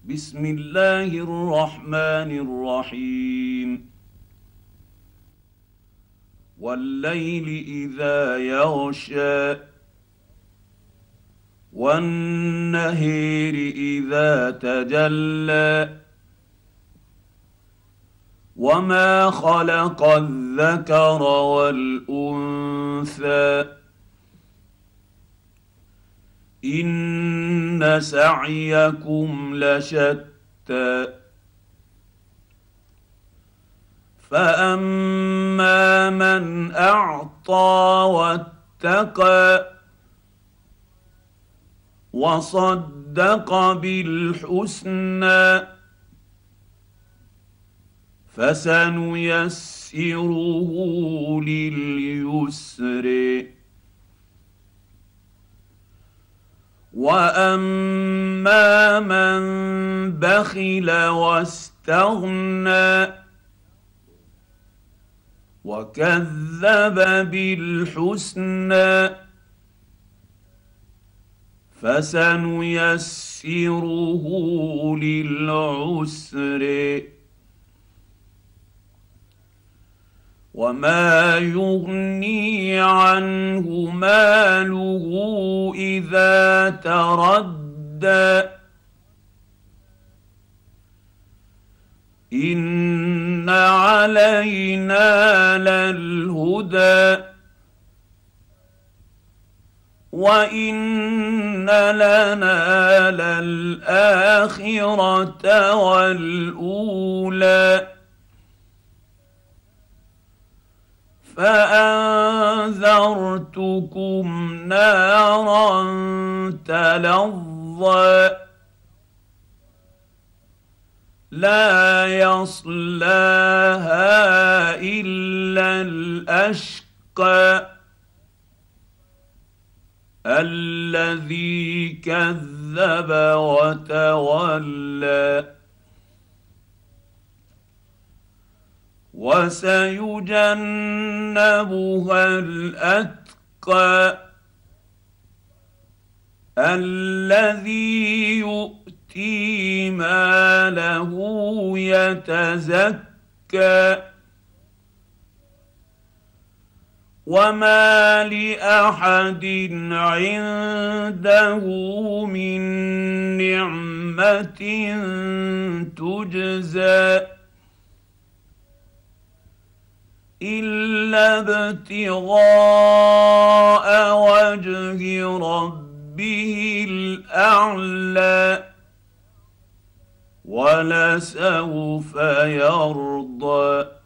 بسم الله الرحمن الرحيم والليل اذا يغشى والنهر اذا تجلى وما خلق الذكر والانثى ان سعيكم لشتى فاما من اعطى واتقى وصدق بالحسنى فسنيسره لليسر واما من بخل واستغنى وكذب بالحسنى فسنيسره للعسر وما يغني عنه ماله اذا تردى ان علينا للهدى وان لنا للاخره والاولى فانذرتكم نارا تلظى لا يصلاها الا الاشقى الذي كذب وتولى وسيجنبها الاتقى الذي يؤتي ماله يتزكى وما لاحد عنده من نعمه تجزى الا ابتغاء وجه ربه الاعلى ولسوف يرضى